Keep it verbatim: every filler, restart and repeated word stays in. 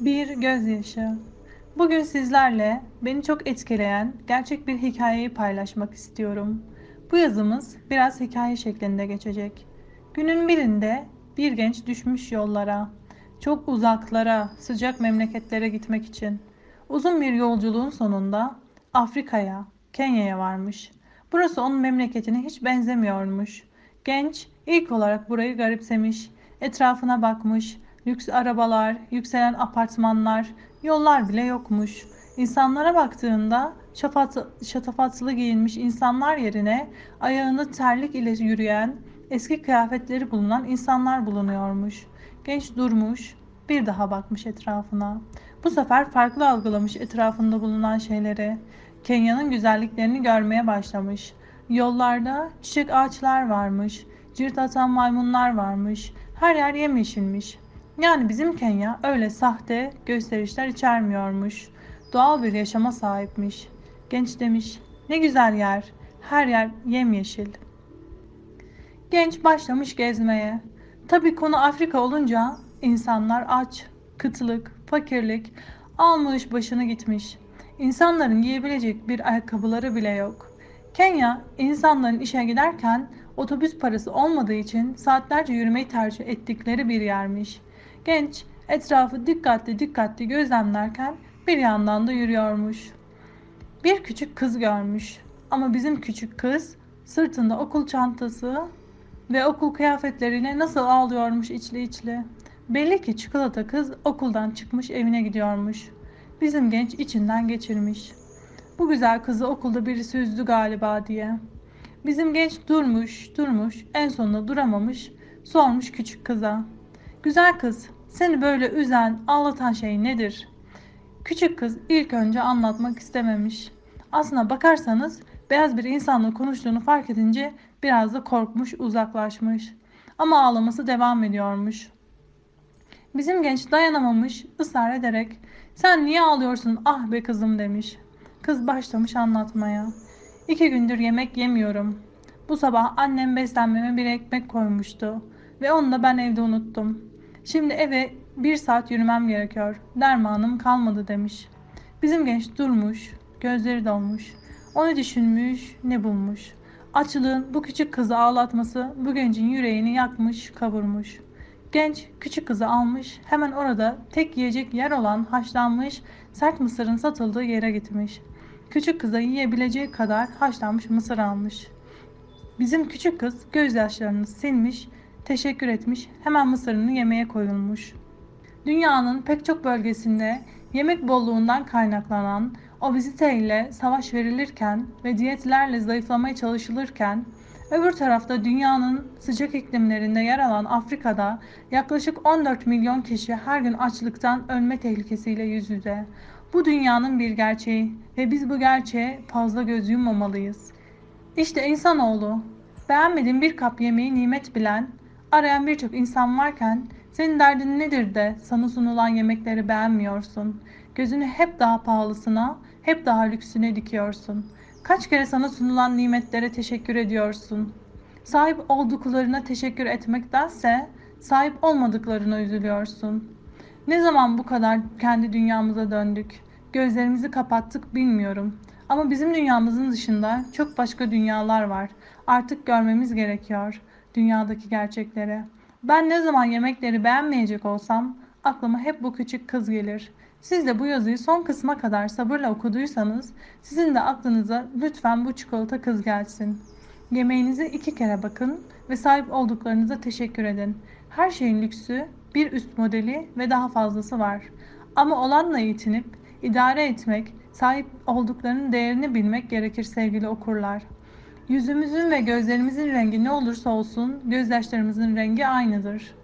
Bir gözyaşı. Bugün sizlerle beni çok etkileyen gerçek bir hikayeyi paylaşmak istiyorum. Bu yazımız biraz hikaye şeklinde geçecek. Günün birinde bir genç düşmüş yollara, çok uzaklara, sıcak memleketlere gitmek için. Uzun bir yolculuğun sonunda Afrika'ya, Kenya'ya varmış. Burası onun memleketine hiç benzemiyormuş. Genç ilk olarak burayı garipsemiş, etrafına bakmış, lüks arabalar, yükselen apartmanlar, yollar bile yokmuş. İnsanlara baktığında şafat, şatafatlı giyinmiş insanlar yerine ayağında terlik ile yürüyen, eski kıyafetleri bulunan insanlar bulunuyormuş. Genç durmuş, bir daha bakmış etrafına. Bu sefer farklı algılamış etrafında bulunan şeyleri. Kenya'nın güzelliklerini görmeye başlamış. Yollarda çiçek ağaçlar varmış, cirit atan maymunlar varmış, her yer yemyeşilmiş. Yani bizim Kenya öyle sahte gösterişler içermiyormuş. Doğal bir yaşama sahipmiş. Genç demiş, ne güzel yer, her yer yemyeşil. Genç başlamış gezmeye. Tabii konu Afrika olunca insanlar aç, kıtlık, fakirlik almış başını gitmiş. İnsanların giyebilecek bir ayakkabıları bile yok. Kenya, insanların işe giderken otobüs parası olmadığı için saatlerce yürümeyi tercih ettikleri bir yermiş. Genç etrafı dikkatli dikkatli gözlemlerken bir yandan da yürüyormuş. Bir küçük kız görmüş. Ama bizim küçük kız sırtında okul çantası ve okul kıyafetleriyle nasıl ağlıyormuş içli içli. Belli ki çikolata kız okuldan çıkmış evine gidiyormuş. Bizim genç içinden geçirmiş. Bu güzel kızı okulda birisi üzdü galiba diye. Bizim genç durmuş, durmuş, en sonunda duramamış, sormuş küçük kıza. Güzel kız, seni böyle üzen, ağlatan şey nedir? Küçük kız ilk önce anlatmak istememiş. Aslına bakarsanız beyaz bir insanla konuştuğunu fark edince biraz da korkmuş, uzaklaşmış. Ama ağlaması devam ediyormuş. Bizim genç dayanamamış, ısrar ederek "Sen niye ağlıyorsun ah be kızım?" demiş. Kız başlamış anlatmaya. "İki gündür yemek yemiyorum. Bu sabah annem beslenmeme bir ekmek koymuştu ve onu da ben evde unuttum. Şimdi eve bir saat yürümem gerekiyor. Dermanım kalmadı." demiş. Bizim genç durmuş, gözleri dolmuş. Onu düşünmüş, ne bulmuş. Açlığın bu küçük kızı ağlatması bu gencin yüreğini yakmış, kavurmuş. Genç küçük kızı almış, hemen orada tek yiyecek yer olan haşlanmış sert mısırın satıldığı yere gitmiş. Küçük kıza yiyebileceği kadar haşlanmış mısır almış. Bizim küçük kız gözyaşlarını silmiş, teşekkür etmiş, hemen mısırını yemeye koyulmuş. Dünyanın pek çok bölgesinde yemek bolluğundan kaynaklanan obezite ile savaş verilirken ve diyetlerle zayıflamaya çalışılırken, öbür tarafta dünyanın sıcak iklimlerinde yer alan Afrika'da yaklaşık on dört milyon kişi her gün açlıktan ölme tehlikesiyle yüz yüze. Bu dünyanın bir gerçeği ve biz bu gerçeğe fazla göz yummamalıyız. İşte insanoğlu, beğenmediğin bir kap yemeği nimet bilen, arayan birçok insan varken senin derdin nedir de sana sunulan yemekleri beğenmiyorsun? Gözünü hep daha pahalısına, hep daha lüksüne dikiyorsun. Kaç kere sana sunulan nimetlere teşekkür ediyorsun? Sahip olduklarına teşekkür etmektense sahip olmadıklarına üzülüyorsun. Ne zaman bu kadar kendi dünyamıza döndük? Gözlerimizi kapattık bilmiyorum. Ama bizim dünyamızın dışında çok başka dünyalar var. Artık görmemiz gerekiyor dünyadaki gerçekleri. Ben ne zaman yemekleri beğenmeyecek olsam aklıma hep bu küçük kız gelir. Siz de bu yazıyı son kısma kadar sabırla okuduysanız sizin de aklınıza lütfen bu çikolata kız gelsin. Yemeğinize iki kere bakın ve sahip olduklarınıza teşekkür edin. Her şeyin lüksü, bir üst modeli ve daha fazlası var. Ama olanla yetinip idare etmek, sahip olduklarının değerini bilmek gerekir sevgili okurlar. Yüzümüzün ve gözlerimizin rengi ne olursa olsun gözyaşlarımızın rengi aynıdır.